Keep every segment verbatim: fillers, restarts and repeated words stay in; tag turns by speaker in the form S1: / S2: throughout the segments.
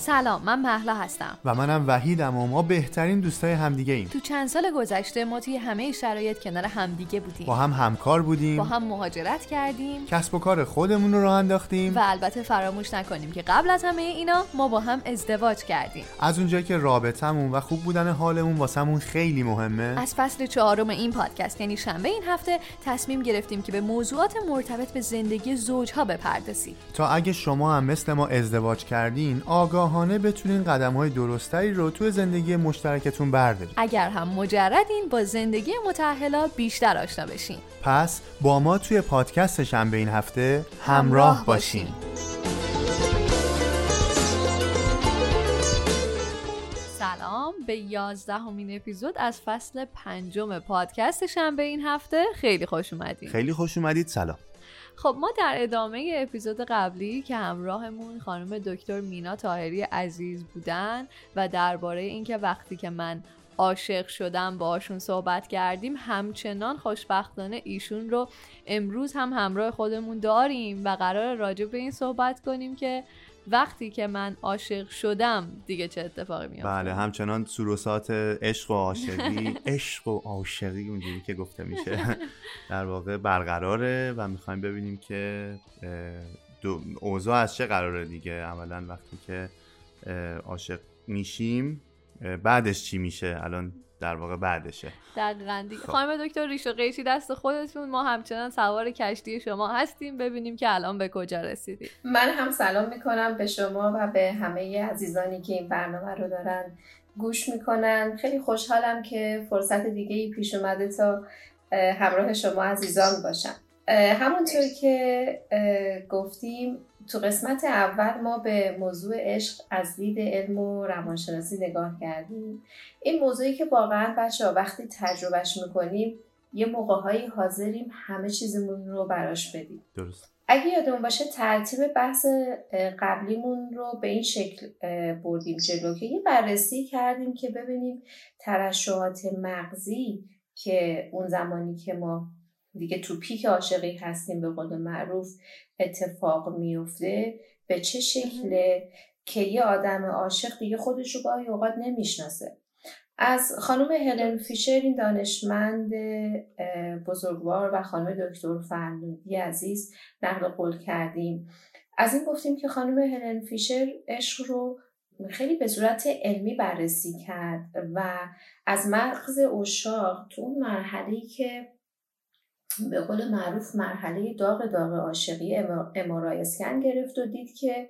S1: سلام، من مهلا هستم
S2: و منم وحیدم و ما بهترین دوستای همدیگه ایم.
S1: تو چند سال گذشته ما توی همه شرایط کنار همدیگه بودیم،
S2: با هم همکار بودیم،
S1: با هم مهاجرت کردیم،
S2: کسب و کار خودمون رو راه انداختیم
S1: و البته فراموش نکنیم که قبل از همه اینا ما با هم ازدواج کردیم.
S2: از اونجایی که رابطمون و خوب بودن حالمون واسمون خیلی مهمه،
S1: از فصل چهارم این پادکست یعنی شنبه این هفته تصمیم گرفتیم که به موضوعات مرتبط به زندگی زوجها بپردازیم
S2: تا اگه شما هم مثل ما ازدواج کردین آگاهانه بتونین قدم‌های درستری رو توی زندگی مشترکتون بردارید.
S1: اگر هم مجردین با زندگی متأهلا بیشتر آشنا بشین.
S2: پس با ما توی پادکست شنبه این هفته همراه, همراه باشین.
S1: سلام به یازدهمین اپیزود از فصل پنجم پادکست شنبه این هفته. خیلی خوش اومدید.
S2: خیلی خوش اومدید. سلام.
S1: خب ما در ادامه اپیزود قبلی که همراهمون خانم دکتر مینا طاهری عزیز بودن و درباره اینکه وقتی که من عاشق شدم باهاشون صحبت کردیم، همچنان خوشبختانه ایشون رو امروز هم همراه خودمون داریم و قرار راجع به این صحبت کنیم که وقتی که من عاشق شدم دیگه چه اتفاقی میفته.
S2: بله، همچنان سروسات عشق و عاشقی عشق و عاشقی اونجوری که گفته میشه در واقع برقراره و میخوایم ببینیم که اوضاع از چه قراره دیگه. اولا وقتی که عاشق میشیم بعدش چی میشه؟ الان در واقع بعدشه.
S1: دقیقاً دیگه. خانم دکتر ریش و قیچی دست خودتون، ما همچنان سوار کشتی شما هستیم، ببینیم که الان به کجا رسیدید.
S3: من هم سلام میکنم به شما و به همه عزیزانی که این برنامه رو دارن گوش میکنن. خیلی خوشحالم که فرصت دیگه‌ای پیش اومده تا همراه شما عزیزان باشم. همونطور که گفتیم تو قسمت اول ما به موضوع عشق از دید علم و روانشناسی نگاه کردیم. این موضوعی که واقعا بچه‌ها وقتی تجربهش میکنیم یه موقع‌هایی حاضریم همه چیزمون رو براش بدیم.
S2: درست.
S3: اگه یادمون باشه ترتیب بحث قبلیمون رو به این شکل بردیم جلو که یه بررسی کردیم که ببینیم ترشحات مغزی که اون زمانی که ما دیگه تو پیک عاشقی هستیم به قول معروف اتفاق میفته به چه شکله که یه آدم عاشق دیگه خودش رو گاهی اوقات نمیشناسه. از خانم هلن فیشر، این دانشمند بزرگوار، و خانم دکتر فرنودی عزیز نقل قول کردیم. از این گفتیم که خانم هلن فیشر عشق رو خیلی به صورت علمی بررسی کرد و از مغز عشاق تو اون مرحله‌ای که به قول معروف مرحله داغ داغ عاشقی ام آر آی اسکن گرفت و دید که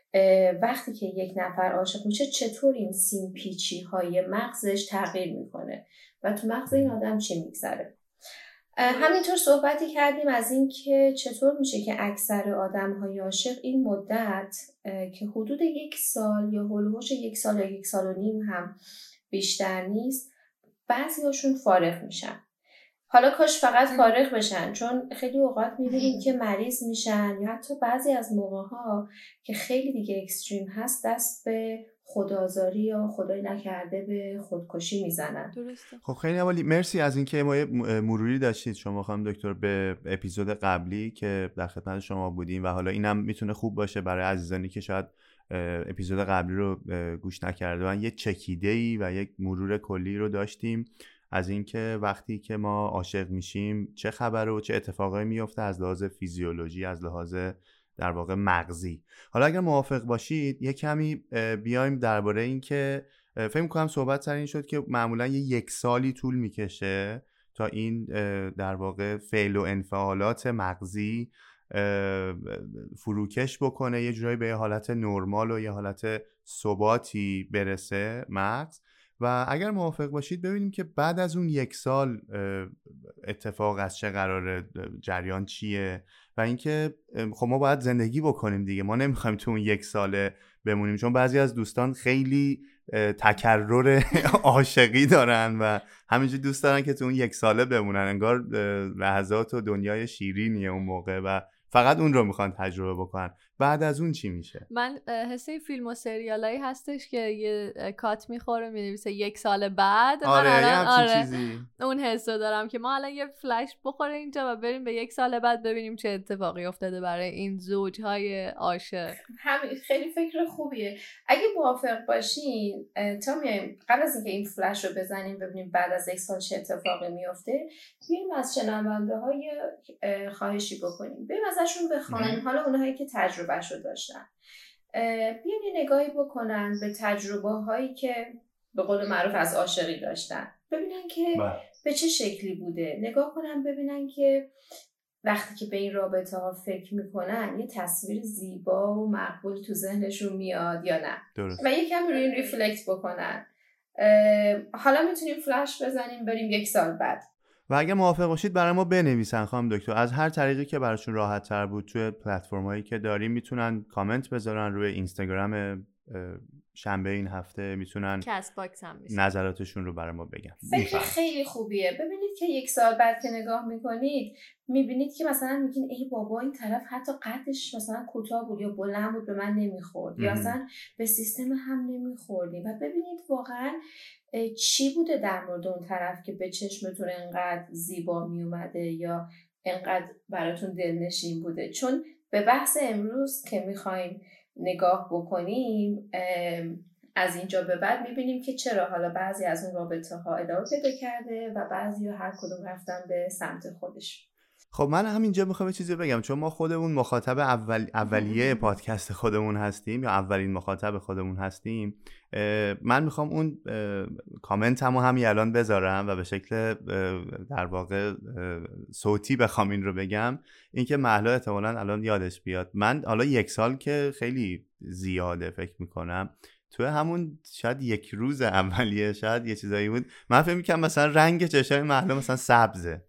S3: وقتی که یک نفر عاشق میشه چطور این سیم پیچی های مغزش تغییر میکنه و تو مغز این آدم چی میگذره. همینطور صحبتی کردیم از این که چطور میشه که اکثر آدم های عاشق این مدت که حدود یک سال یا هولوش یک سال یا یک سال و نیم هم بیشتر نیست، بعضی هاشون فارغ میشن. حالا کاش فقط فارغ بشن، چون خیلی اوقات میبینیم که مریض میشن یا حتی بعضی از موقعها که خیلی دیگه اکستریم هست دست به خودآزاری یا خدای نکرده به خودکشی میزنن.
S1: درسته.
S2: خب خیلی عالی، مرسی از اینکه ما مروری داشتید شما خانم دکتر به اپیزود قبلی که در خدمت شما بودیم و حالا اینم میتونه خوب باشه برای عزیزانی که شاید اپیزود قبلی رو گوش نکردن. یه چکیده‌ای و یک مرور کلی رو داشتیم از اینکه وقتی که ما عاشق میشیم چه خبره و چه اتفاقایی میفته از لحاظ فیزیولوژی، از لحاظ در واقع مغزی. حالا اگر موافق باشید یه کمی بیایم درباره این که فکر می‌کنم صحبت سر این شد که معمولا یه یک سالی طول میکشه تا این در واقع فعل و انفعالات مغزی فروکش بکنه، یه جورایی به یه حالت نرمال و یه حالت ثباتی برسه مغز. و اگر موافق باشید ببینیم که بعد از اون یک سال اتفاق از چه قراره، جریان چیه و اینکه خب ما باید زندگی بکنیم دیگه، ما نمیخوایم تو اون یک ساله بمونیم، چون بعضی از دوستان خیلی تکرر عاشقی دارن و همینجوری دوست دارن که تو اون یک ساله بمونن، انگار لحظات و دنیای شیرینیه اون موقع و فقط اون رو میخوان تجربه بکنن. بعد از اون چی میشه؟
S1: من حس فیلم و سریالایی هستش که یه کات میخوره مینویسه یک سال بعد.
S2: آره
S1: من الان
S2: آره
S1: چیزی اون حسو دارم که ما الان یه فلش بخوره اینجا و بریم به یک سال بعد ببینیم چه اتفاقی افتاده برای این زوجهای عاشق.
S3: همین خیلی فکر خوبیه. اگه موافق باشین تا میایم قبل از اینکه این فلش رو بزنیم ببینیم بعد از یک سال چه اتفاقی میفته، بیایم از شنونده های خواهشی بکنیم، بیایم ازشون بخوایم، حالا اونهایی که تجربهشو داشتن بیاین یه نگاهی بکنن به تجربه هایی که به قول معروف از عاشقی داشتن، ببینن که با. به چه شکلی بوده، نگاه کنن ببینن که وقتی که به این رابطه ها فکر میکنن یه تصویر زیبا و مقبول تو ذهنشون میاد یا نه. درست. و یکم روی این ریفلکت بکنن. حالا میتونیم فلش بزنیم بریم یک سال بعد.
S2: و اگه موافق باشید برای ما بنویسن خانم دکتر، از هر طریقی که براشون راحت تر بود توی پلتفرمایی که داریم، میتونن کامنت بذارن روی اینستاگرام شنبه این هفته، میتونن
S1: کست باکس هم میشه
S2: نظراتشون رو برای ما بگن.
S3: فکر خیلی خوبیه. ببینید که یک سال بعد که نگاه میکنید میبینید که مثلا میگین ای بابا این طرف حتی قدش مثلا کوتاه بود یا بلند بود به من نمیخورد یا اصلا به سیستم هم نمیخوردیم، و ببینید واقعا چی بوده در مورد اون طرف که به چشمتون انقدر زیبا میومده یا انقدر براتون دلنشین بوده. چون به بحث امروز که میخوایم نگاه بکنیم از اینجا به بعد میبینیم که چرا حالا بعضی از اون رابطه ها ادامه پیدا کرده و بعضی ها هر کدوم رفتن به سمت خودش.
S2: خب من همینجا میخوام یه چیزی بگم، چون ما خودمون مخاطب اول اولیه پادکست خودمون هستیم یا اولین مخاطب خودمون هستیم. من میخوام اون کامنتمو همین الان بذارم و به شکل در واقع صوتی بخوام این رو بگم، اینکه مهلا احتمالاً الان یادش بیاد. من حالا یک سال که خیلی زیاده فکر میکنم، تو همون شاید یک روز اولیه شاید یه چیزایی بود من فکر میکنم مثلا رنگ چشای مهلا مثلا سبزه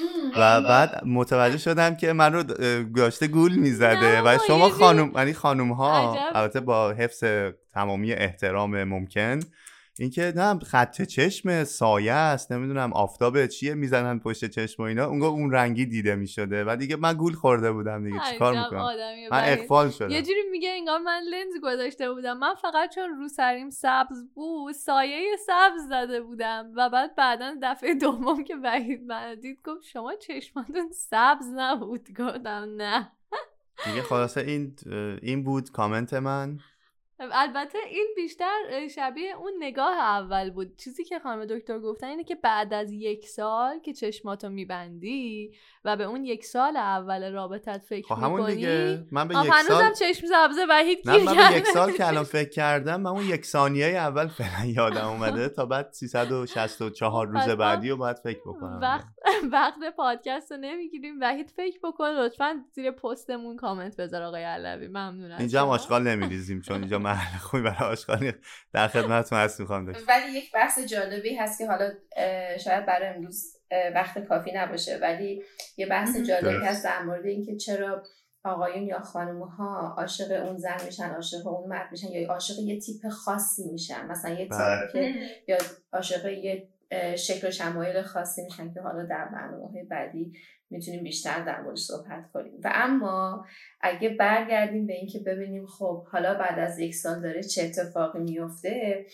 S2: و بعد متوجه شدم که من رو گاشته گول میزده و شما خانم یعنی خانم ها البته با حفظ تمامی احترام ممکن، اینکه نه خط چشم سایه است نمیدونم آفتاب چیه میزنن پشت چشم و اینا، اونگاه اون رنگی دیده میشده و دیگه من گول خورده بودم دیگه چیکار میکنم، من اغفال شدم.
S1: یه جوری میگه انگار من لنز گذاشته بودم، من فقط چون رو سریم سبز بود سایه سبز زده بودم و بعد بعداً دفعه دوم که وحید من دید گفت شما چشماتون سبز نبود، گفتم نه
S2: دیگه. خلاصه این این بود کامنت من.
S1: البته این بیشتر شبیه اون نگاه اول بود. چیزی که خانم دکتر گفتن اینه که بعد از یک سال که چشماتو میبندی و به اون یک سال اول رابطت فکر میکنی.
S2: همون دیگه من به یک
S1: سال
S2: هنوزم
S1: چشم سبزه وحید
S2: نه من به یک سال که الان فکر کردم من اون یک ثانیه اول فعلا یادم اومده تا بعد سیصد و شصت و چهار روز بعدی رو باید فکر بکنم.
S1: وقت وقت پادکست رو نمیگیریم. وحید فکر بکن لطفاً زیر پستمون کامنت بذار آقای علوی، ممنونم.
S2: اینجا هم آشغال نمیریزیم چون اینجا محل خوبی برای آشغال در خدمتتون هستم خانم دکتر.
S3: ولی یک بحث جالبی هست که حالا شاید برای امروز وقت کافی نباشه، ولی یه بحث جالبی هست در مورد اینکه چرا آقایون یا خانم‌ها عاشق اون زن میشن، عاشق اون مرد میشن، یا عاشق یه تیپ خاصی میشن، مثلا یه تیپ یا عاشق یه شکل و شمایل خاصی میشن که حالا در برنامه‌های بعدی میتونیم بیشتر در موردش صحبت کنیم. و اما اگه برگردیم به این که ببینیم خب حالا بعد از یک سال داره چه اتفاقی میفته،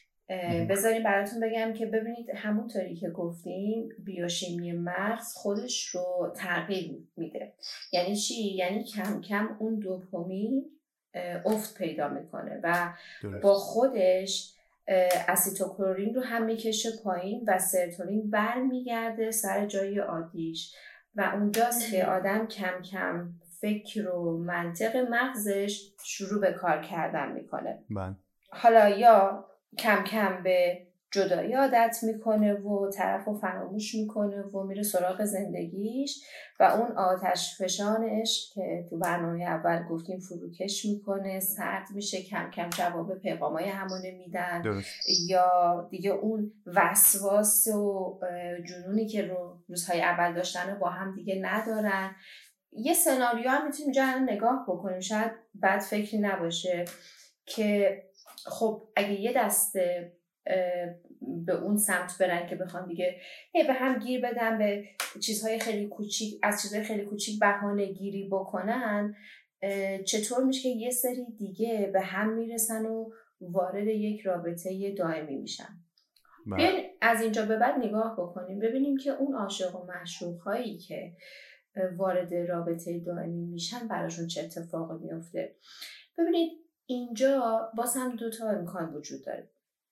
S3: بذاریم براتون بگم که ببینید همونطوری که گفتیم بیوشیمی مغز خودش رو تغییر میده. یعنی چی؟ یعنی کم کم اون دوپامین افت پیدا میکنه و درست. با خودش اسیتوکلورین رو هم میکشه پایین و سرتونین بر میگرده سر جای عادیش و اونجاست که آدم کم کم فکر و منطق مغزش شروع به کار کردن میکنه.
S2: من.
S3: حالا یا کم کم به جدایی عادت میکنه و طرف رو فراموش میکنه و میره سراغ زندگیش و اون آتش فشانش که تو برنامه اول گفتیم فروکش میکنه، سرد میشه، کم کم جواب پیغامای همونه میدن درست. یا دیگه اون وسواس و جنونی که رو روزهای اول داشتن با هم دیگه ندارن. یه سناریو هم میتونیم جا نگاه بکنیم، شاید بد فکری نباشه که خب اگه یه دسته به اون سمت برن که بخوان دیگه هی به هم گیر بدن، به چیزهای خیلی کوچیک از چیزهای خیلی کوچیک بهانه گیری بکنن، چطور میشه که یه سری دیگه به هم میرسن و وارد یک رابطه دائمی میشن. بیاین از اینجا به بعد نگاه بکنیم ببینیم که اون عاشق و معشوق هایی که وارد رابطه دائمی میشن براشون چه اتفاقی میفته. ببینید اینجا باز هم دو تا امکان وجود داره.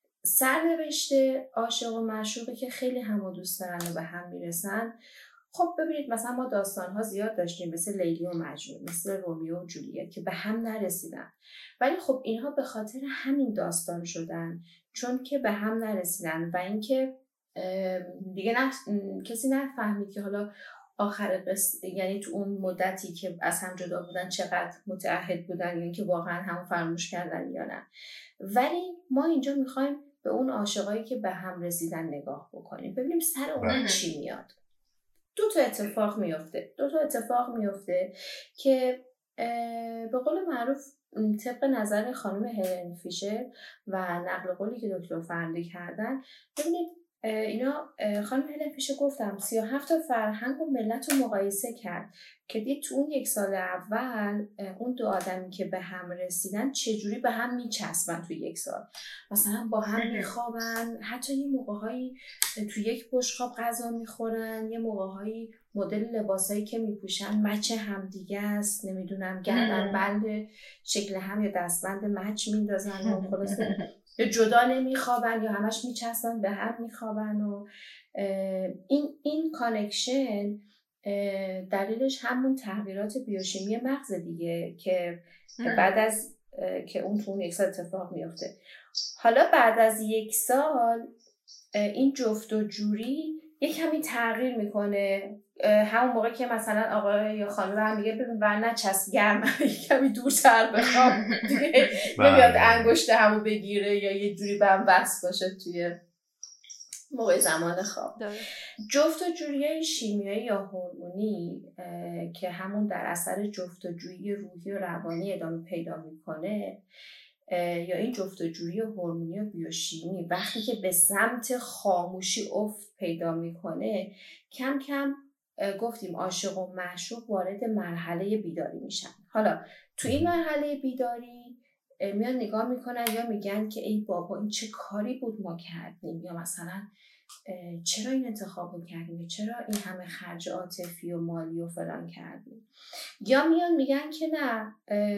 S3: سرنوشت عاشق و معشوقی که خیلی هم و دوست دارن و به هم میرسن، خب ببینید مثلا ما داستان‌ها زیاد داشتیم مثل لیلی و مجنون، مثل رومیو و جولیت که به هم نرسیدن، ولی خب اینها به خاطر همین داستان شدن، چون که به هم نرسیدن و اینکه دیگه نه کسی نفهمید که حالا آخر قصه، یعنی تو اون مدتی که از هم جدا بودن چقدر متعهد بودن، یعنی که واقعا همون فراموش کردن یا نه. ولی ما اینجا میخوایم به اون عاشقایی که به هم رسیدن نگاه بکنیم، ببینیم سر اون چی میاد. دو تا اتفاق میفته دو تا اتفاق میفته که به قول معروف طبق نظر خانم هلن فیشر و نقل قولی که دکتر فرندی کردن، ببینید اینا خانم هلن فیشر گفتم سی و هفت تا فرهنگ و ملت رو مقایسه کرد که دید تو اون یک سال اول اون دو آدمی که به هم رسیدن چجوری به هم میچسبن تو یک سال. مثلا با هم میخوابن، حتی یه موقع‌هایی تو یک بشقاب غذا میخورن، یه موقع‌هایی مدل لباسایی که میپوشن مچ هم دیگه است، نمیدونم گردن بند شکل هم یا دستبند مچ میندازن و خلاصه یا جدا نمیخوابن یا همش میچسبن به هم میخوابن و این این کانکشن دلیلش همون تغییرات بیوشیمی مغز دیگه که بعد از که اون تو اون یک سال اتفاق میفته. حالا بعد از یک سال این جفت و جوری یک کمی تغییر میکنه. همون موقع که مثلا آقا یا خانم هم میگه ببین بر نچسب گرم یک کمی دورتر بخواب دیگه نمیاد انگشت همو بگیره یا یه جوری به هم وصل باشه توی موقع زمان خواب. جفت و جویی شیمیایی یا هورمونی که همون در اثر جفت و جویی روحی و روانی ادامه پیدا میکنه یا این جفت و جویی هورمونی و بیوشیمی وقتی که به سمت خاموشی افت پیدا میکنه، کم کم گفتیم عاشق و معشوق وارد مرحله بیداری میشن. حالا تو این مرحله بیداری میان نگاه میکنن یا میگن که ای بابا این چه کاری بود ما کردیم، یا مثلا چرا این انتخاب رو کردیم، چرا این همه خرج عاطفی و مالی و فلان کردیم، یا میان میگن که نه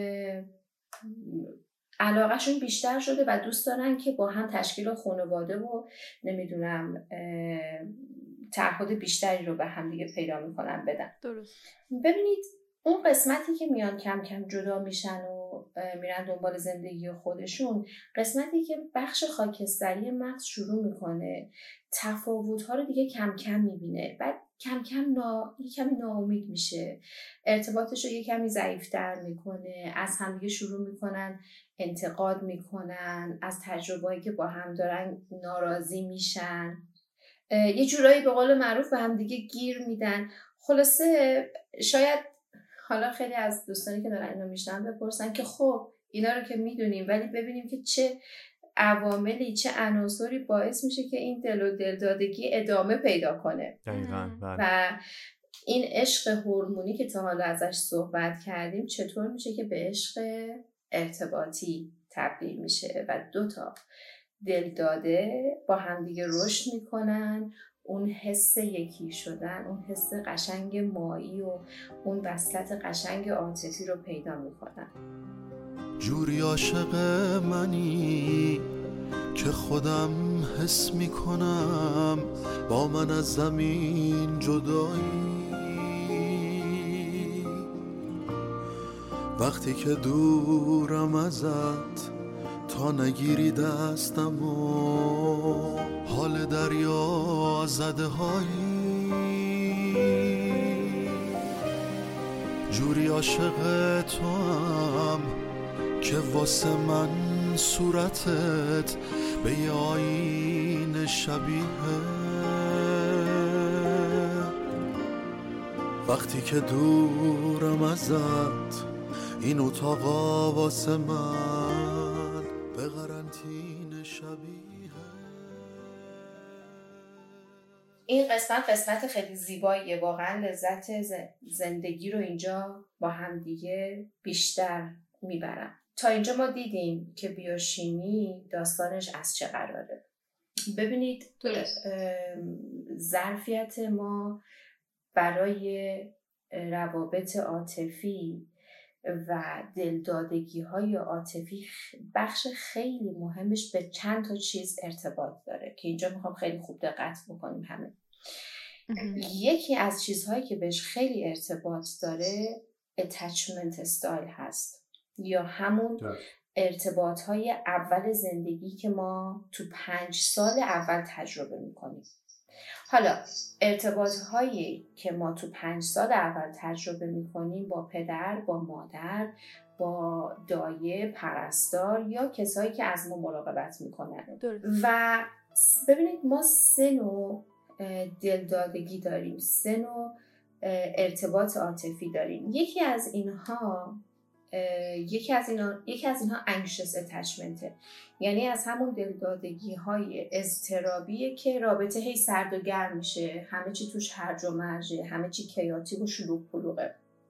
S3: علاقهشون بیشتر شده و دوست دارن که با هم تشکیل خانواده و نمیدونم تعهد بیشتری رو به هم دیگه پیدا میکنن بدن.
S1: درست.
S3: ببینید اون قسمتی که میان کم کم جدا میشن و میرن دنبال زندگی خودشون، قسمتی که بخش خاکستری مغز شروع میکنه تفاوت‌ها رو دیگه کم کم میبینه، بعد کم کم نا... یه کمی ناامید میشه، ارتباطش رو یه کمی ضعیف‌تر میکنه، از همدیگه شروع میکنن انتقاد میکنن، از تجربه‌ای که با هم دارن ناراضی میشن، یه جورایی به قول معروف به هم دیگه گیر میدن. خلاصه شاید حالا خیلی از دوستانی که دارن اینو میشنن بپرسن که خب اینا رو که میدونیم، ولی ببینیم که چه عواملی چه عناصری باعث میشه که این دل و دلدادگی ادامه پیدا کنه.
S2: دقیقاً.
S3: و این عشق هورمونی که تا حالا ازش صحبت کردیم چطور میشه که به عشق ارتباطی تبدیل میشه و دو تا دلداده با همدیگه رشد میکنن، اون حس یکی شدن، اون حس قشنگ مایی و اون وصلت قشنگ عاطفی رو پیدا میکنن.
S4: جوری عاشق منی که خودم حس میکنم با من از زمین جدایی، وقتی که دورم ازت تا نگیری دستم و حال دریا زده هایی، جوری عاشق تو هم که واسه من صورتت به یه آینه شبیه، وقتی که دورم ازت این اتاقا واسه من به قرنطینه شبیه.
S3: این قسمت قسمت خیلی زیباییه، واقعا لذت زندگی رو اینجا با هم دیگه بیشتر میبرم. تا اینجا ما دیدیم که بیوشیمی داستانش از چه قراره. ببینید ظرفیت ما برای روابط عاطفی و دلدادگی های عاطفی بخش خیلی مهمش به چند تا چیز ارتباط داره که اینجا میخوام خیلی خوب دقت بکنیم همه. یکی از چیزهایی که بهش خیلی ارتباط داره attachment style هست، یا همون ارتباط های اول زندگی که ما تو پنج سال اول تجربه میکنیم. حالا ارتباط هایی که ما تو پنج سال اول تجربه میکنیم با پدر، با مادر، با دایه، پرستار یا کسایی که از ما مراقبت میکنن. و ببینید ما سه نوع دلدادگی داریم، سه نوع ارتباط عاطفی داریم. یکی از اینها یکی از اینا یکی از اینها anxious attachment، یعنی از همون دلدادگی های اضطرابیه که رابطه هی سرد و گرم میشه، همه چی توش هرج و مرجه، همه چی کیاتیک و شلوغ پلوغه.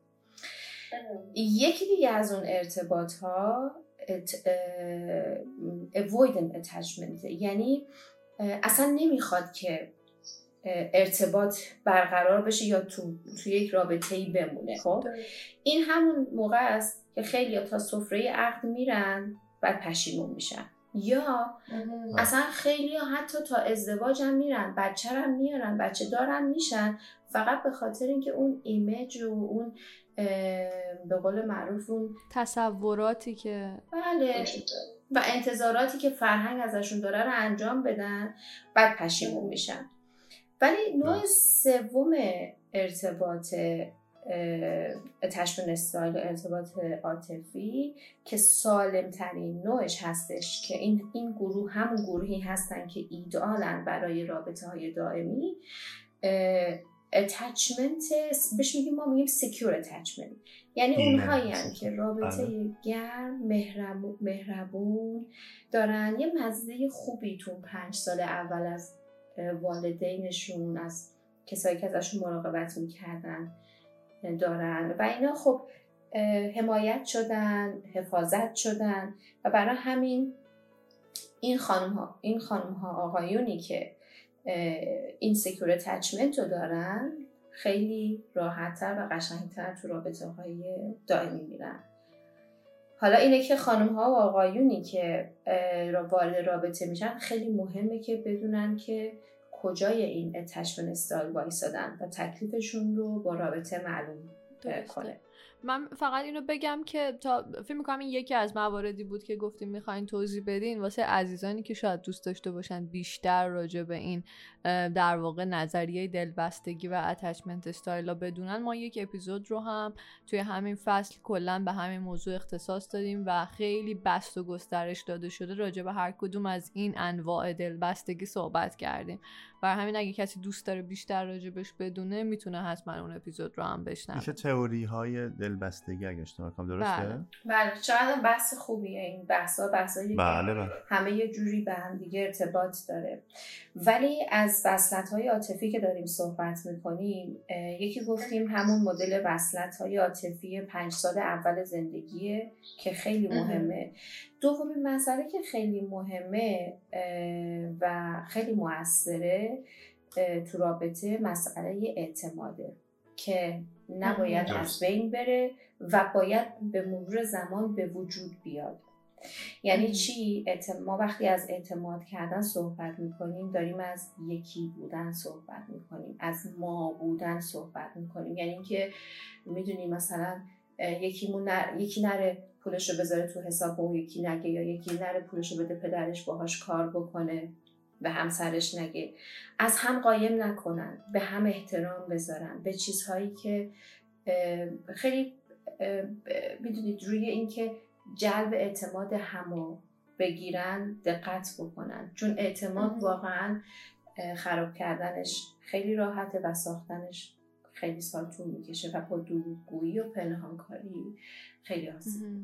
S3: یکی دیگه از اون ارتباط ها avoidant attachment، یعنی اصلا نمیخواد که ارتباط برقرار بشه یا تو توی یک رابطه‌ای بمونه. خب این همون موقع است که خیلی تا سفره عقد میرن بعد پشیمون میشن، یا اصلا خیلی حتی تا ازدواج هم میرن، بچه هم میارن، بچه دارن میشن، فقط به خاطر اینکه اون ایمیج و اون به قول معروف اون
S1: تصوراتی که
S3: بله و انتظاراتی که فرهنگ ازشون داره رو انجام بدن، بعد پشیمون میشن. ولی نوع سوم ارتباط attachment style، ارتباط عاطفی که سالم ترین نوعش هستش که این این گروه همون گروهی هستن که ایدئالن برای رابطه های دائمی. attachment بهش میگیم، ما میگیم secure attachment، یعنی اونهایی هستن که رابطه گرم مهربون دارن، یه مزه خوبی تو پنج سال اول از والدینشون، از کسایی که ازشون مراقبت میکردن دارن و اینا خب حمایت شدن، حفاظت شدن و برای همین این خانم ها این خانم ها آقایونی که این سکیور اتچمنت رو دارن خیلی راحت‌تر و قشنگتر تو رابطه های دائمی میرن. حالا اینه که خانم ها و آقایونی که وارد رابطه میشن خیلی مهمه که بدونن که کجای این اتچمنت استایل وایسادن و تکلیفشون رو با رابطه معلوم کنه.
S1: من فقط اینو بگم که تا فکر می‌کنم این یکی از مواردی بود که گفتیم می‌خواین توضیح بدین واسه عزیزانی که شاید دوست داشته باشن بیشتر راجع به این در واقع نظریه دلبستگی و اتچمنت استایل بدونن. ما یک اپیزود رو هم توی همین فصل کلاً به همین موضوع اختصاص دادیم و خیلی بست و گسترش داده شده راجع به هر کدوم از این انواع دلبستگی صحبت کردیم. برای همین اگه کسی دوست داره بیشتر راجبش بدونه میتونه حتما اون اپیزود رو هم بشنوه.
S2: میشه تئوری های دلبستگی اگه اشتباه کنم درسته؟
S3: بله بله چقدر بحث خوبیه این بحثا بحثایی
S2: بله بله.
S3: همه یه جوری به هم دیگه ارتباط داره. ولی از وصلت های عاطفی که داریم صحبت میکنیم، یکی گفتیم همون مدل وصلت های عاطفی پنج سال اول زندگیه که خیلی مهمه. دومین مسئله که خیلی مهمه و خیلی مؤثره تو رابطه مسئله اعتماده که نباید از بین بره و باید به مرور زمان به وجود بیاد. یعنی چی؟ ما وقتی از اعتماد کردن صحبت میکنیم داریم از یکی بودن صحبت میکنیم، از ما بودن صحبت میکنیم. یعنی اینکه میدونی مثلا یکی نر... یکی نره پولش رو بذاره تو حساب و یکی نگه، یا یکی نره پولش رو بده پدرش باهاش کار بکنه به همسرش نگه. از هم قایم نکنن، به هم احترام بذارن، به چیزهایی که خیلی میدونید روی این که جلب اعتماد همو بگیرن دقت بکنن، چون اعتماد واقعا خراب کردنش خیلی راحته و ساختنش خیلی سال طول میکشه و با دروغگویی و پنهانکاری خیلی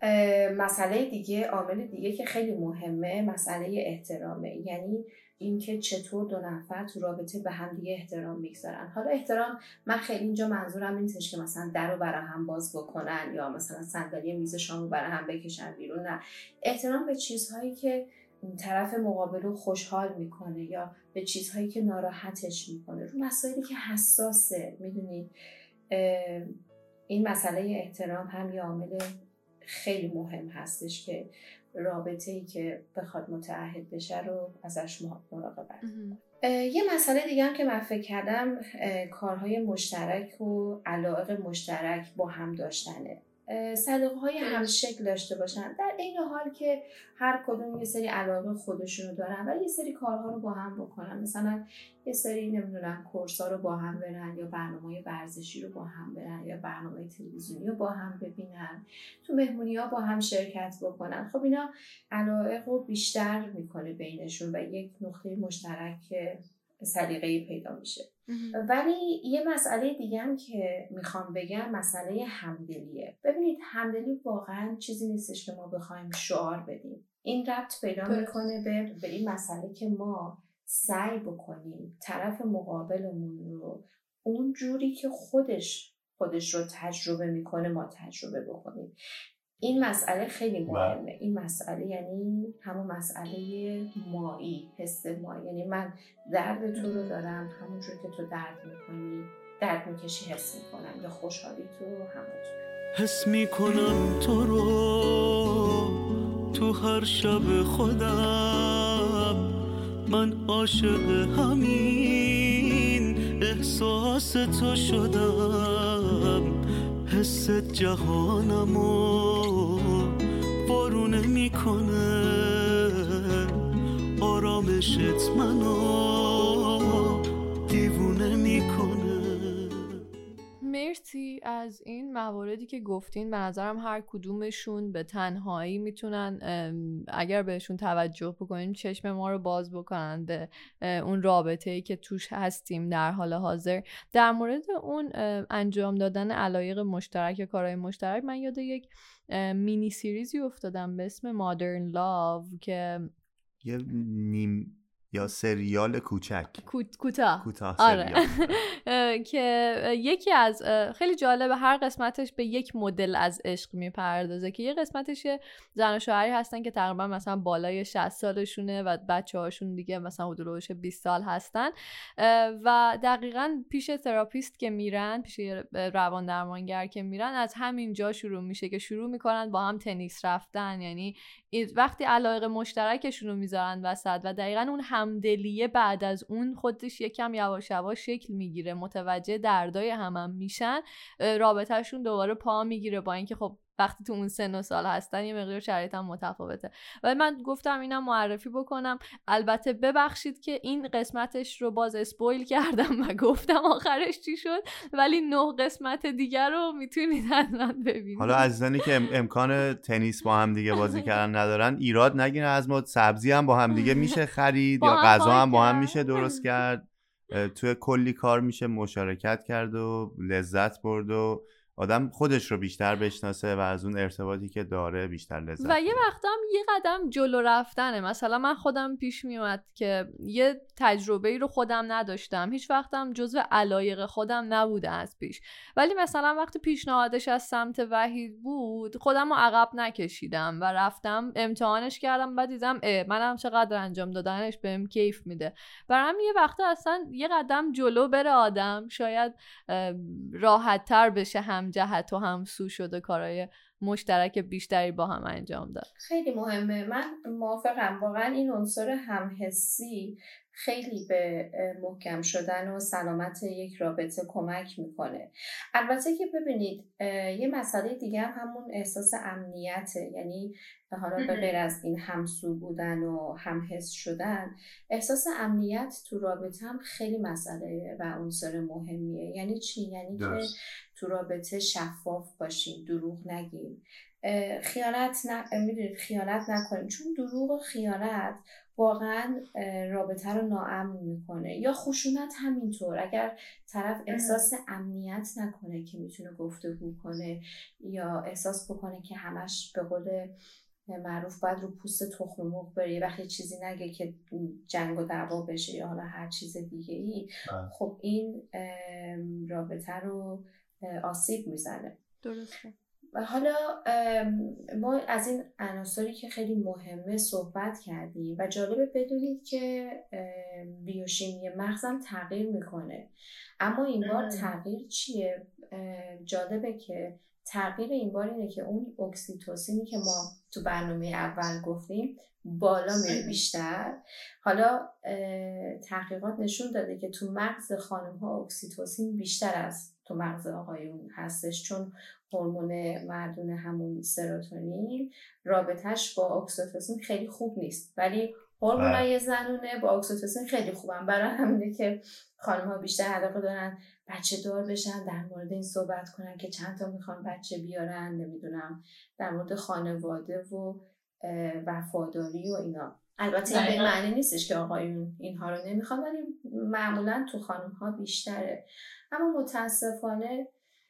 S3: مسئله دیگه، عامل دیگه که خیلی مهمه، مسئله احترامه. یعنی اینکه چطور دو نفر تو رابطه به هم دیگه احترام میگذارن. حالا احترام، من خیلی اینجا منظورم این نیستش که مثلا در رو برای هم باز بکنن یا مثلا صندلی میز شام رو برای هم بکشن بیرون. نه، احترام به چیزهایی که طرف مقابل رو خوشحال میکنه یا به چیزهایی که ناراحتش میکنه، رو مسائلی که حساسه. میدونید این مسئله احترام هم یه عامل خیلی مهم هستش که رابطه‌ای که بخواد متعهد بشه رو ازش مراقبت کنه. یه مسئله دیگه هم که من فکر کردم کارهای مشترک و علایق مشترک با هم داشتنه. سلیقه‌های همشکل داشته باشن، در این حال که هر کدوم یه سری علاقه خودشونو دارن ولی یه سری کارها رو با هم بکنن. مثلا یه سری نمیدونم کورس‌ها رو با هم برن یا برنامه‌های ورزشی رو با هم برن یا برنامه تلویزیونی رو با هم ببینن، تو مهمونی‌ها با هم شرکت بکنن. خب اینا علایق رو بیشتر میکنه بینشون و یک نقطه مشترک سلیقه‌ای پیدا میشه. ولی یه مسئله دیگه هم که میخوام بگم مسئله همدلیه. ببینید همدلی واقعا چیزی نیستش که ما بخوایم شعار بدیم. این ربط پیدا میکنه به به این مسئله که ما سعی بکنیم طرف مقابلمون رو اون جوری که خودش خودش رو تجربه میکنه ما تجربه بکنیم. این مسئله خیلی مهمه. این مسئله یعنی همون مسئله مایی، حس مایی. یعنی من درد تو رو دارم همونجور که تو درد میکنی درد میکشی حس میکنم، یا خوشحالی تو همونجور
S4: حس میکنم تو رو تو هر شب خودم. من عاشق همین احساس تو شدم. حس جهانمو بارونه میکنه، آرامشت منو دیوونه میکنه.
S1: مرسی از این مواردی که گفتین. به نظرم هر کدومشون به تنهایی میتونن اگر بهشون توجه بکنیم چشم ما رو باز بکنن به اون رابطه‌ای که توش هستیم در حال حاضر. در مورد اون انجام دادن علایق مشترک یا کارهای مشترک، من یاد یک مینی سیریزی افتادم به اسم مادرن لاو که
S2: یه نیم یا سریال کوچک
S1: کوتاه
S2: کوتاه
S1: آره که یکی از خیلی جالبه، هر قسمتش به یک مدل از عشق میپردازه. که یه قسمتش زن و شوهری هستن که تقریبا مثلا بالای شصت سالشونه و بچه هاشون دیگه مثلا حدودش بیست سال هستن و دقیقاً پیش تراپیست که میرن، پیش روان درمانگر که میرن، از همین جا شروع میشه که شروع میکنن با هم تنیس رفتن. یعنی وقتی علایق مشترکشون رو میذارن وسط و دقیقاً اون همدلیه بعد از اون خودش یکم یواش یواش شکل میگیره، متوجه دردای هم هم میشن، رابطهشون دوباره پا میگیره. با اینکه خب وقتی تو اون سن و سال هستن یه مقدار شرایط هم متفاوته. ولی من گفتم اینم معرفی بکنم. البته ببخشید که این قسمتش رو باز اسپویل کردم و گفتم آخرش چی شد، ولی نه قسمت دیگر رو میتونید حتما ببینید.
S2: حالا عزیزانی که ام- امکان تنیس با هم دیگه بازی کردن ندارن ایراد نگیرن از ما. سبزی هم با هم دیگه میشه خرید یا غذا هم با هم میشه درست کرد. توی کلی کار میشه مشارکت کرد و لذت برد و آدم خودش رو بیشتر بشناسه و از اون ارتباطی که داره بیشتر لذت
S1: و یه وقتا هم یه قدم جلو رفتنه. مثلا من خودم پیش میومد که یه تجربه‌ای رو خودم نداشتم، هیچ وقتم جزو علایق خودم نبوده از پیش، ولی مثلا وقتی پیشنهادش از سمت وحید بود خودم رو عقب نکشیدم و رفتم امتحانش کردم. بعد دیدم منم چقدر انجام دادنش بهم کیف میده. برای همین یه وقتا اصلا یه قدم جلو بره آدم، شاید راحت‌تر بشه، هم جهت و هم سو شده کارهای مشترک بیشتری با هم انجام داد.
S3: خیلی مهمه. من موافقم. واقعا این عنصر همحسی خیلی به محکم شدن و سلامت یک رابطه کمک میکنه. البته که ببینید یه مسئله دیگه هم همون احساس امنیته. یعنی حالا به غیر از این همسو بودن و همحس شدن، احساس امنیت تو رابطه هم خیلی مسئله و عنصر مهمیه. یعنی چی؟ یعنی که تو رابطه شفاف باشیم، دروغ نگیم، خیانت ن... میدونید خیانت نکنیم، چون دروغ و خیانت واقعا رابطه رو ناامن میکنه. یا خشونت همینطور، اگر طرف احساس امنیت نکنه که میتونه گفتگو کنه یا احساس بکنه که همش به قول معروف باید رو پوست تخم مرغ بره، وقتی چیزی نگه که جنگ و دعوا بشه یا حالا هر چیز دیگه ای، خب این رابطه رو آسیب میزنه.
S1: درسته.
S3: حالا ما از این عناصری که خیلی مهمه صحبت کردیم و جالبه بدونید که بیوشیمی مغزم تغییر میکنه. اما این بار تغییر چیه؟ جالبه که تغییر این بار اینه که اون اکسیتوسینی که ما تو برنامه اول گفتیم بالا میره بیشتر. حالا تحقیقات نشون داده که تو مغز خانم ها اکسیتوسین بیشتر از تو مغز آقایون هستش، چون هورمون مردونه همون سروتونین رابطش با اکسیتوسین خیلی خوب نیست، ولی هورمونای زنونه با اکسیتوسین خیلی خوبن. برای همینه که خانم ها بیشتر علاقه دارن بچه دار بشن، در مورد این صحبت کنن که چند تا میخوان بچه بیارن، نمیدونم در مورد خانواده و وفاداری و اینا. البته این به معنی نیستش که آقایون اینها رو نمیخوان، ولی معمولا تو خانم ها بیشتره. اما متاسفانه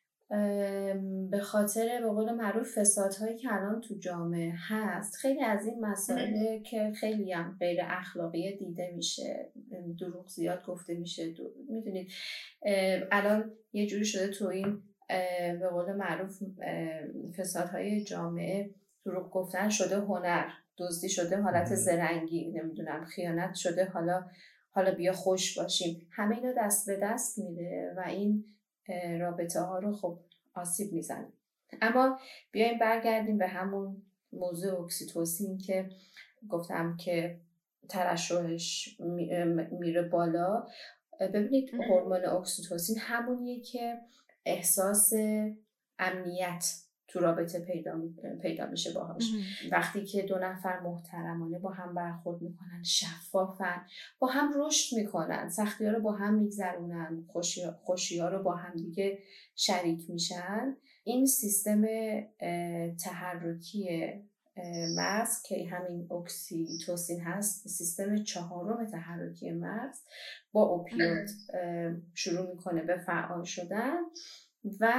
S3: به خاطر به قول معروف فسادهایی که الان تو جامعه هست، خیلی از این مسائل که خیلی هم غیر اخلاقی دیده میشه، دروغ زیاد گفته میشه. میدونید الان یه جوری شده تو این به قول معروف فسادهای جامعه، دروغ گفتن شده هنر، دزدی شده حالت زرنگی، نمیدونم خیانت شده حالا حالا بیا خوش باشیم. همه اینا دست به دست میده و این رابطه ها رو خب آسیب میزنه. اما بیایم برگردیم به همون موضوع اکسیتوسین که گفتم که ترشحش میره بالا. ببینید هورمون اکسیتوسین همونیه که احساس امنیت تو رابطه پیدا پیدا میشه باهاش. وقتی که دو نفر محترمانه با هم برخورد میکنن، شفافن، با هم رشد میکنن، سختی‌ها رو با هم میگذرونن، خوشی خوشی‌ها رو با هم دیگه شریک میشن، این سیستم تحرکی مغز که همین اکسیتوسین هست، سیستم چهارم تحرکی مغز با اوپیود شروع میکنه به فعال شدن و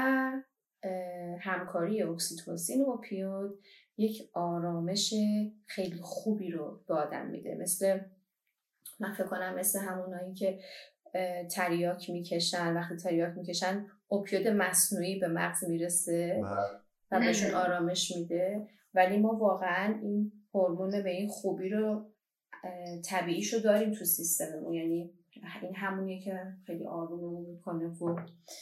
S3: همکاری اکسیتوسین و اوپیود یک آرامش خیلی خوبی رو به آدم میده. مثل من فکر کنم مثل همونایی که تریاک میکشن، وقتی تریاک میکشن اوپیود مصنوعی به مغز میرسه و بهشون آرامش میده، ولی ما واقعا این هورمون به این خوبی رو طبیعیشو داریم تو سیستممون. یعنی این همونیه که خیلی آروممون میکنه و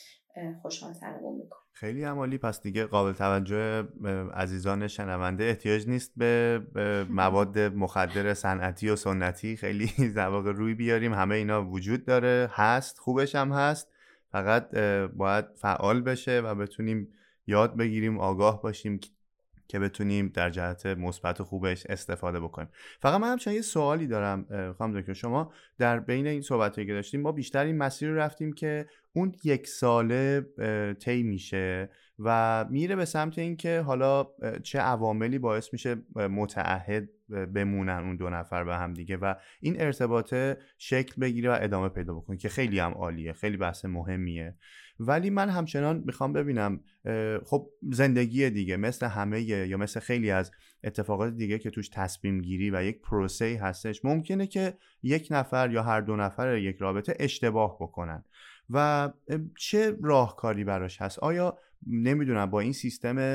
S3: خوشحال‌ترمون میکنه.
S2: خیلی عالی. پس دیگه قابل توجه عزیزان شنونده احتیاج نیست به مواد مخدر صنعتی و سنتی خیلی در واقع روی بیاریم. همه اینا وجود داره، هست، خوبش هم هست، فقط باید فعال بشه و بتونیم یاد بگیریم، آگاه باشیم که بتونیم در جهت مثبت و خوبش استفاده بکنیم. فقط من همچنان یه سوالی دارم خانم دکتر، شما در بین این صحبتایی که داشتیم ما بیشتر این مسیر رو رفتیم که اون یک ساله طی میشه و میره به سمت این که حالا چه عواملی باعث میشه متعهد بمونن اون دو نفر به هم دیگه و این ارتباط شکل بگیره و ادامه پیدا بکنه، که خیلی هم عالیه، خیلی بحث مهمیه. ولی من همچنان میخوام ببینم خب زندگی دیگه مثل همه یا مثل خیلی از اتفاقات دیگه که توش تصمیم گیری و یک پروسه‌ای هستش، ممکنه که یک نفر یا هر دو نفر یک رابطه اشتباه بکنن و چه راهکاری براش هست؟ آیا نمیدونم با این سیستم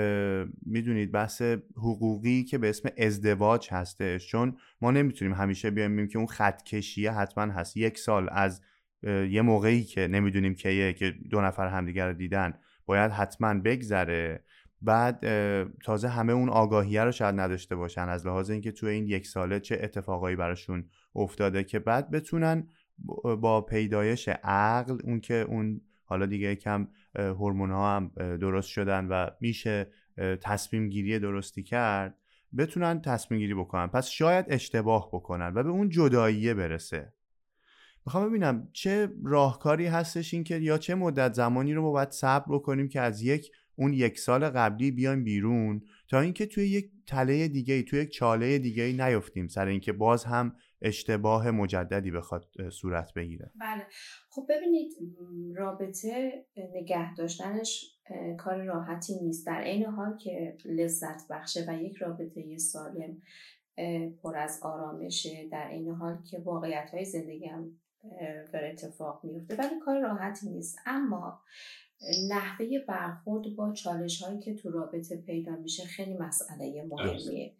S2: میدونید بحث حقوقی که به اسم ازدواج هستش، چون ما نمیتونیم همیشه بیایم که اون خط کشیه حتما هست، یک سال از یه موقعی که نمیدونیم کیه که دو نفر همدیگر رو دیدن باید حتما بگذره، بعد تازه همه اون آگاهیه رو شاید نداشته باشن از لحاظ اینکه توی این یک ساله چه اتفاقایی براشون افتاده که بعد بتونن با پیدایش عقل، اون که اون حالا دیگه یکم هورمون‌ها هم درست شدن و میشه تصمیم گیری درستی کرد، بتونن تصمیم گیری بکنن. پس شاید اشتباه بکنن و به اون جداییه برسه. میخوام ببینم چه راهکاری هستش این که یا چه مدت زمانی رو ما باید صبر بکنیم که از یک اون یک سال قبلی بیایم بیرون تا اینکه توی یک تله دیگه‌ای، توی یک چاله دیگه‌ای نیفتیم سر اینکه باز هم اشتباه مجددی بخواد صورت بگیره.
S3: بله خب ببینید رابطه نگه داشتنش کار راحتی نیست، در عین حال که لذت بخشه و یک رابطه سالم پر از آرامشه، در عین حال که واقعیت‌های زندگی هم داره اتفاق میفته، ولی کار راحتی نیست. اما نحوه برخورد با چالش هایی که تو رابطه پیدا میشه خیلی مسئله مهمیه.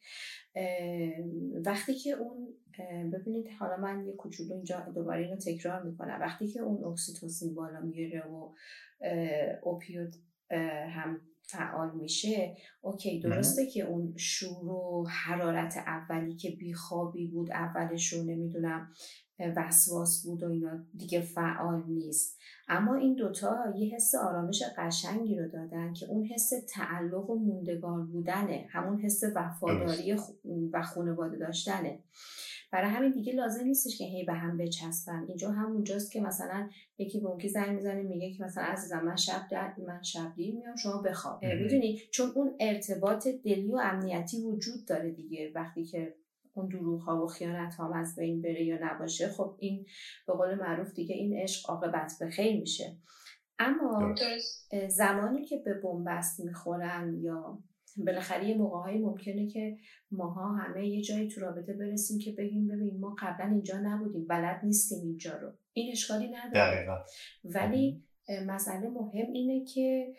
S3: وقتی که اون ببینید، حالا من یه کوچولو اینجا دوباره اینو تکرار میکنم، وقتی که اون اکسیتوسین بالا میره و اوپیود هم فعال میشه، اوکی درسته که اون شور و حرارت اولی که بیخوابی بود اولش رو نمیدونم وسواس بود و اینا دیگه فعال نیست، اما این دوتا یه حس آرامش قشنگی رو دادن که اون حس تعلق و موندگار بودنه، همون حس وفاداری و خانواده داشتنه. برای همین دیگه لازم نیستش که هی به هم بچسبن. اینجا همونجاست که مثلا یکی به اون کی زنگ میزنه میگه که مثلا عزیزم من شب در من شب دیر میام شما بخواب، میدونی، چون اون ارتباط دلی و امنیتی وجود داره دیگه. وقتی که اون دروغ ها و خیانت ها از بین بره یا نباشه، خب این به قول معروف دیگه این عشق عاقبت به خیر میشه. اما زمانی که به بنبست میخورن یا بالاخره یه موقع‌هایی ممکنه که ماها همه یه جایی تو رابطه برسیم که بگیم ببین ما قبلا اینجا نبودیم، بلد نیستیم اینجا رو، این اشکالی نداره. دقیقا. ولی مسئله مهم اینه که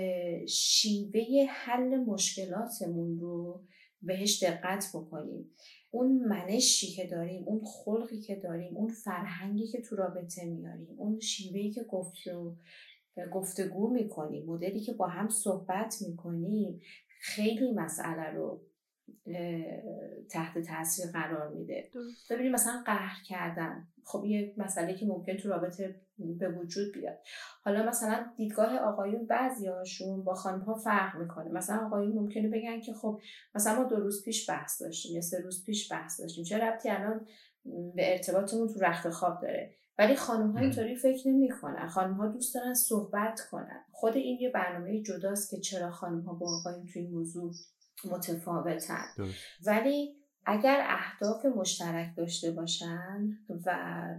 S3: شیوه حل مشکلاتمون رو بهش دقت بکنیم. اون منشی که داریم، اون خلقی که داریم، اون فرهنگی که تو رابطه میاریم، اون شیوهی که گفتگو گفتگو میکنیم، مدلی که با هم صحبت میکنیم، خیلی مسئله رو تحت تاثیر قرار میده. ببینید مثلا قهر کردن، خب یه مسئله که ممکن تو رابطه به وجود بیاد. حالا مثلا دیدگاه آقایون بعضیاشون با خانم‌ها فرق میکنه. مثلا آقایون ممکنه بگن که خب مثلا ما دو روز پیش بحث داشتیم یا سه روز پیش بحث داشتیم، چه ربطی الان به ارتباطمون تو رخت خواب داره؟ ولی خانم‌ها اینطوری فکر نمی‌کنن. خانم‌ها دوست دارن صحبت کنن. خود این یه برنامه جداست که چرا خانم‌ها با آقایون تو این موضوع متفاوتن. ولی اگر اهداف مشترک داشته باشن و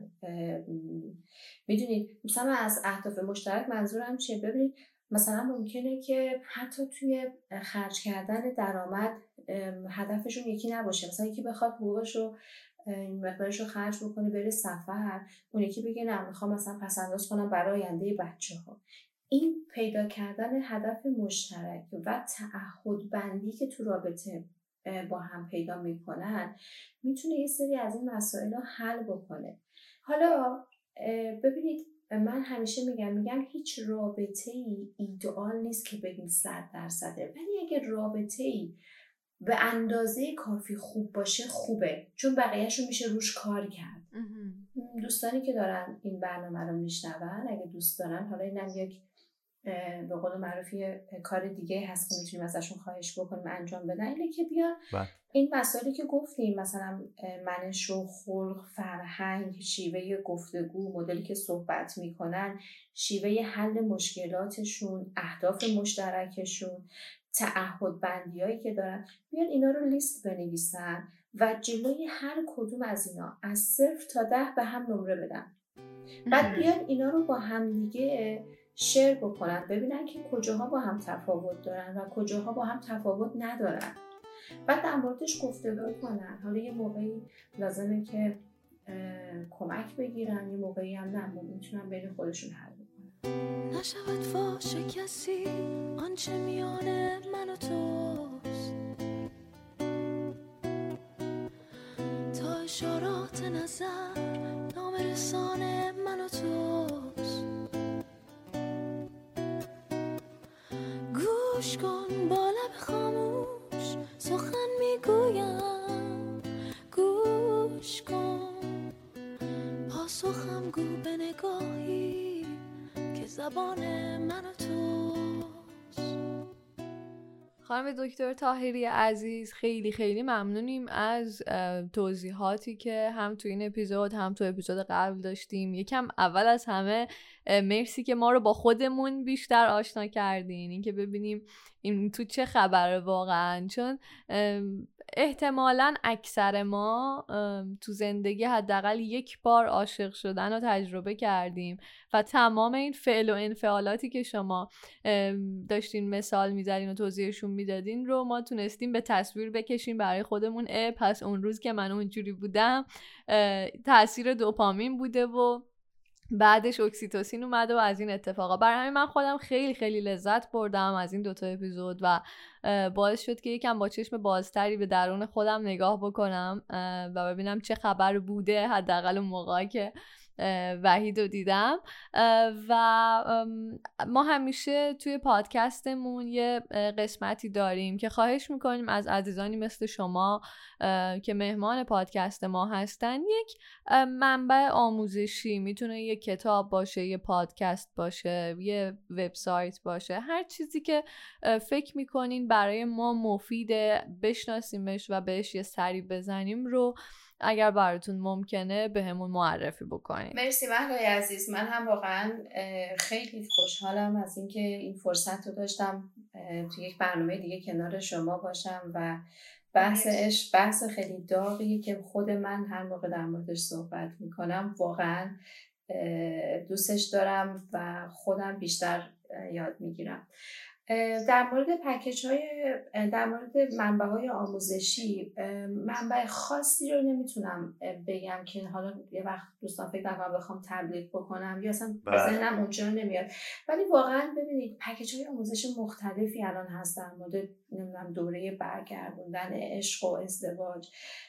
S3: میدونید مثلا از اهداف مشترک منظورم چیه؟ ببینید مثلا ممکنه که حتی توی خرج کردن درآمد هدفشون یکی نباشه. مثلا یکی بخواد حقوقش رو این مقدارش رو خرج بکنه بره سفر، اون یکی بگه نه میخوام مثلا پسنداز کنم برای آینده بچه ها. این پیدا کردن هدف مشترک و تعهد بندی که تو رابطه با هم پیدا میکنن میتونه یه سری از این مسائل رو حل بکنه. حالا ببینید من همیشه میگم میگم هیچ رابطه ای ایدئال نیست که بگیم صد درصده، ولی اگه رابطه ای به اندازه کافی خوب باشه خوبه، چون بقیه‌اش رو میشه روش کار کرد. دوستانی که دارن این برنامه رو میشنون اگه دوست دارن، حالا اینم یک به قول معروف کار دیگه هست که میتونیم ازشون خواهش بکنیم انجام بدن، اینه که بیان این مسائلی که گفتیم، مثلا منش و خلق، فرهنگ، شیوه گفتگو، مدلی که صحبت میکنن، شیوه حل مشکلاتشون، اهداف مشترکشون، تعهد بندیایی که دارن، بیان اینا رو لیست بنویسن و جلوی هر کدوم از اینا از صفر تا ده به هم نمره بدن. بعد بیان اینا رو با هم دیگه شیر بکنن، ببینن که کجاها با هم تفاوت دارن و کجاها با هم تفاوت ندارن. بعد در موردش گفتگو کنن. حالا یه موقعی لازمه که کمک بگیرن، یه موقعی هم نه، میتونن بین خودشون حل بکنن.
S5: نشود فاش کسی آنچه میانه من و توست، تا اشارات نظر نام رسانه من و توست. گوش کن با لب خاموش سخن میگویم، گوش کن پاسخم گو به نگاهی که زبان من و توست.
S1: خانم دکتر طاهری عزیز، خیلی خیلی ممنونیم از توضیحاتی که هم تو این اپیزود هم تو اپیزود قبل داشتیم. یکم اول از همه مرسی که ما رو با خودمون بیشتر آشنا کردین، این که ببینیم این تو چه خبره واقعا، چون احتمالاً اکثر ما تو زندگی حداقل یک بار عاشق شدن رو تجربه کردیم و تمام این فعل و انفعالاتی که شما داشتین مثال میزدین و توضیحشون میدادین رو ما تونستیم به تصویر بکشیم برای خودمون. اه پس اون روز که من اونجوری بودم تاثیر دوپامین بوده و بعدش اکسیتوسین اومده و از این اتفاقا. برای همین من خودم خیلی خیلی لذت بردم از این دوتا اپیزود و باعث شد که یکم با چشم بازتری به درون خودم نگاه بکنم و ببینم چه خبر بوده حداقل اون موقعی که وحید رو دیدم. و ما همیشه توی پادکستمون یه قسمتی داریم که خواهش میکنیم از عزیزانی مثل شما که مهمان پادکست ما هستن یک منبع آموزشی، میتونه یه کتاب باشه، یه پادکست باشه، یه وبسایت باشه، هر چیزی که فکر میکنین برای ما مفیده بشناسیمش و بهش یه سری بزنیم رو اگر براتون ممکنه به همون معرفی بکنید.
S3: مرسی مهدای عزیز، من هم واقعا خیلی خوشحالم از اینکه این فرصت رو داشتم توی یک برنامه دیگه کنار شما باشم و بحث عشق بحث خیلی داغیه که خود من هر موقع در موردش صحبت میکنم واقعا دوستش دارم و خودم بیشتر یاد میگیرم. در مورد پکیج های در مورد منبع های آموزشی منبع خاصی رو نمیتونم بگم که حالا یه وقت دوستان فکر نکنم بخوام تبلیغ بکنم یا اصلا به ذهنم اونجا نمیاد، ولی واقعا ببینید پکیج های آموزش مختلفی الان هست در مورد نمیدونم دوره برگردوندن عشق و ازدواج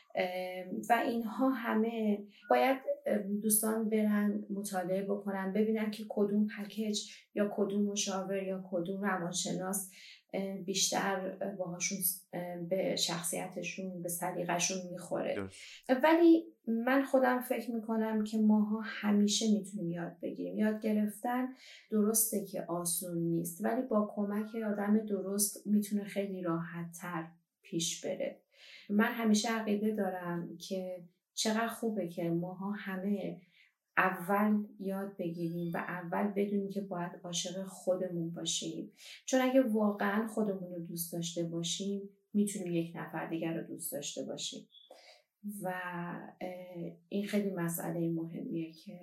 S3: و اینها همه باید دوستان برن مطالعه بکنن ببینن که کدوم پکیج یا کدوم مشاور یا کدوم روانشناس بیشتر باهاشون به شخصیتشون به سلیقه‌شون میخوره. ولی من خودم فکر میکنم که ماها همیشه میتونیم یاد بگیریم. یاد گرفتن درسته که آسون نیست ولی با کمک آدم درست میتونه خیلی راحت تر پیش بره. من همیشه عقیده دارم که چقدر خوبه که ماها همه اول یاد بگیریم و اول بدونیم که باید عاشق خودمون باشیم، چون اگه واقعا خودمون رو دوست داشته باشیم میتونیم یک نفر دیگر رو دوست داشته باشیم و این خیلی مسئله مهمیه که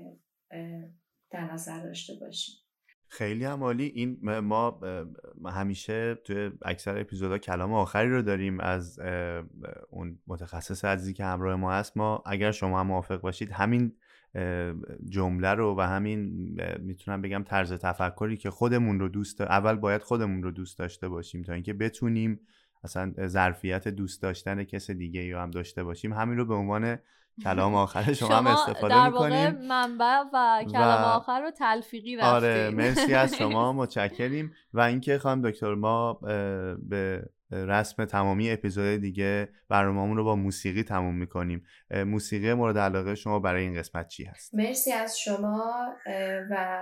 S3: در نظر داشته باشیم.
S2: خیلی هم عالی. این ما همیشه توی اکثر اپیزودها کلام آخری رو داریم از اون متخصص عزیزی که همراه ما هست. ما اگر شما هم موافق باشید همین جمله رو و همین میتونم بگم طرز تفکری که خودمون رو دوست اول باید خودمون رو دوست داشته باشیم تا اینکه بتونیم اصلا ظرفیت دوست داشتن کس دیگه یا هم داشته باشیم، همین رو به عنوان کلام آخر شما, شما هم استفاده میکنیم.
S1: در واقع منبع و کلام و... آخر رو تلفیقی رفتیم.
S2: آره مرسی از شما، متشکریم. و اینکه خانم دکتر ما به رسم تمامی اپیزود دیگه برنامه‌مون رو با موسیقی تموم میکنیم. موسیقی مورد علاقه شما برای این قسمت چی هست؟
S3: مرسی از شما و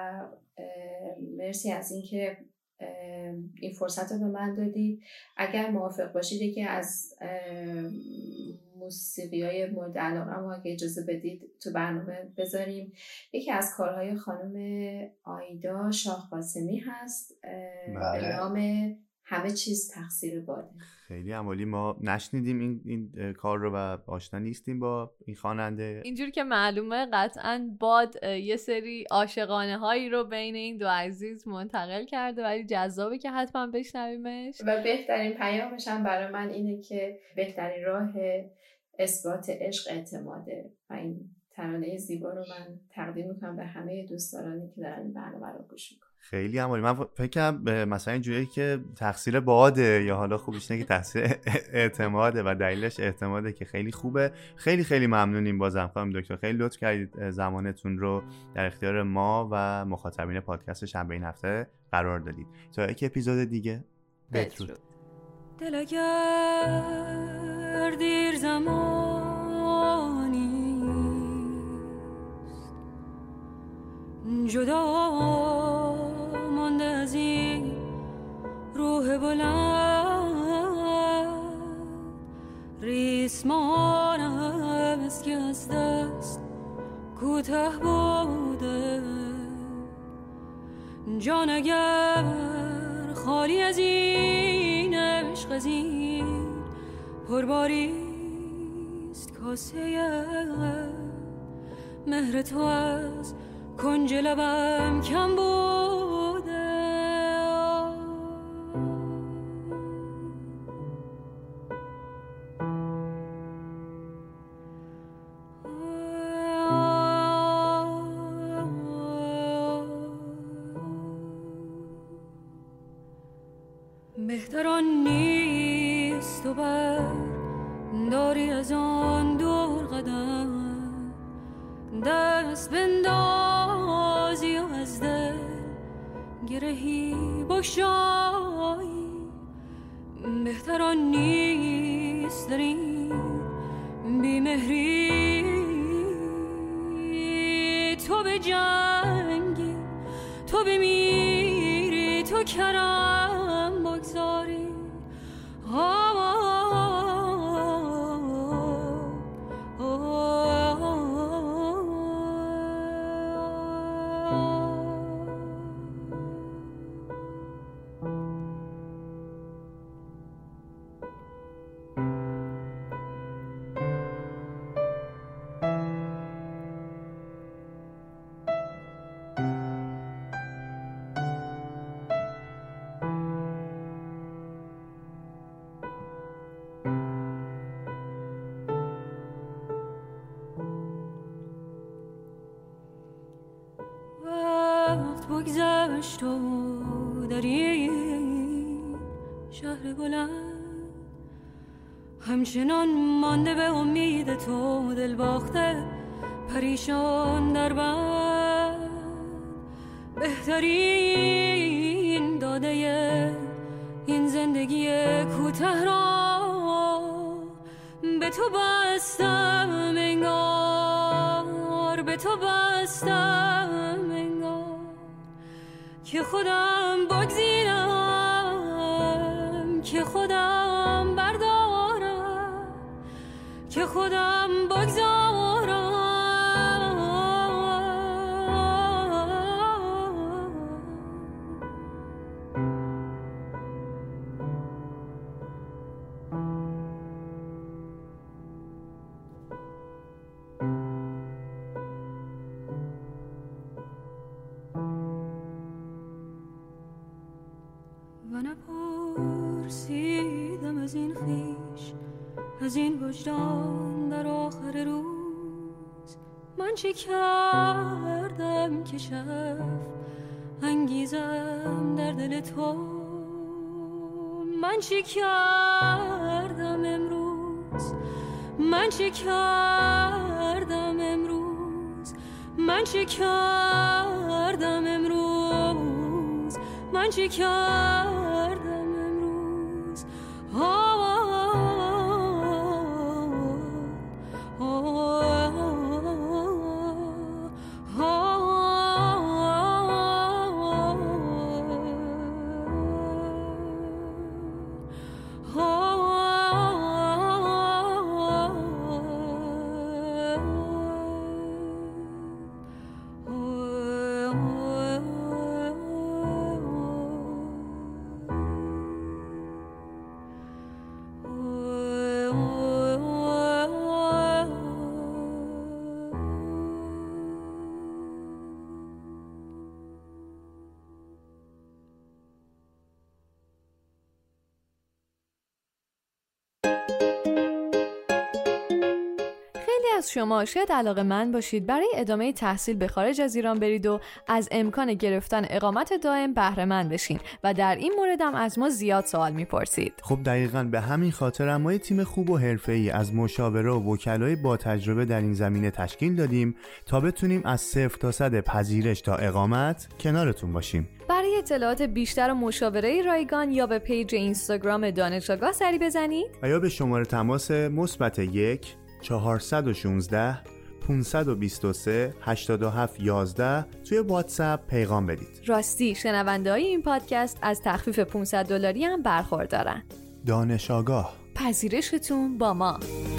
S3: مرسی از اینکه این فرصت رو به من دادید. اگر موافق باشید یکی از موسیقی های مورد علاقه ما اگه اجازه بدید تو برنامه بذاریم. یکی از کارهای خانم آیدا شاه قاسمی هست به نام همه چیز تقصیر باده.
S2: خیلی عالی. ما نشنیدیم این این کار رو و آشنا نیستیم با این خواننده.
S1: اینجور که معلومه قطعاً باد یه سری عاشقانه هایی رو بین این دو عزیز منتقل کرده ولی جذابه که حتما بشنویمش.
S3: و بهترین پیامش هم برای من اینه که بهترین راه اثبات عشق اعتماده و این ترانه زیبا رو من تقدیم میکنم به همه دوستدارانی که دارن این برنامه رو گوش میکنن.
S2: خیلی عالی. من فکر کنم مثلا اینجوریه که تقصیر باده یا حالا خوبش اینه که تقصیر اعتماده و دلیلش اعتماده که خیلی خوبه. خیلی خیلی ممنونیم بازم خانم دکتر، خیلی لطف کردید زمانتون رو در اختیار ما و مخاطبین پادکست شنبه این هفته قرار دادید. تا یک اپیزود دیگه بدرود.
S5: دل اگر دیر زمانی جدا مانده از این روح بلند از دست کوته بوده. جان اگر خالی از این عشق، از این پرباریست کاسه مهر تو از کنج لبم کم بوده. بهتران نیست تو بر داری از آن دور قدم، دست بندازی و از دل گرهی بگشایی. بهتران نیست در این بیمهری تو به جنگی، تو بمیری، تو کرم بگذاری. بگذشت و در این شهر بلند همچنان مانده به امید تو، دل باخته پریشان در بند. بهترین داده این زندگی کوته را به تو بستم انگار، به تو بستم انگار که خودم بگزینم، که خودم بردارم، که خودم بگذارم. و نپرسیدم از این خویش، از این وجدان در آخر روز من چه کردم که شف انگیزم در دل تو. من چه کردم امروز، من چه کردم امروز، من چه کردم امروز، من چه کردم امروز. آه
S1: از شما شاید علاقه‌مند باشید برای ادامه تحصیل به خارج از ایران برید و از امکان گرفتن اقامت دائم بهره مند بشین و در این مورد هم از ما زیاد سوال میپرسید.
S2: خب دقیقاً به همین خاطر ما تیم خوب و حرفه‌ای از مشاوره و وکلای با تجربه در این زمینه تشکیل دادیم تا بتونیم از صفر تا صد پذیرش تا اقامت کنارتون باشیم.
S1: برای اطلاعات بیشتر و مشاوره رایگان یا به پیج اینستاگرام دانش آگاه سری بزنید
S2: و یا به شماره تماس مثبت یک چهارصد و شانزده پانصد و بیست و سه هشتاد و هفت یازده توی واتساپ پیغام بدید.
S1: راستی شنونده‌های این پادکست از تخفیف پانصد دلاری هم برخوردارن.
S2: دانش آگاه،
S1: پذیرشتون با ما.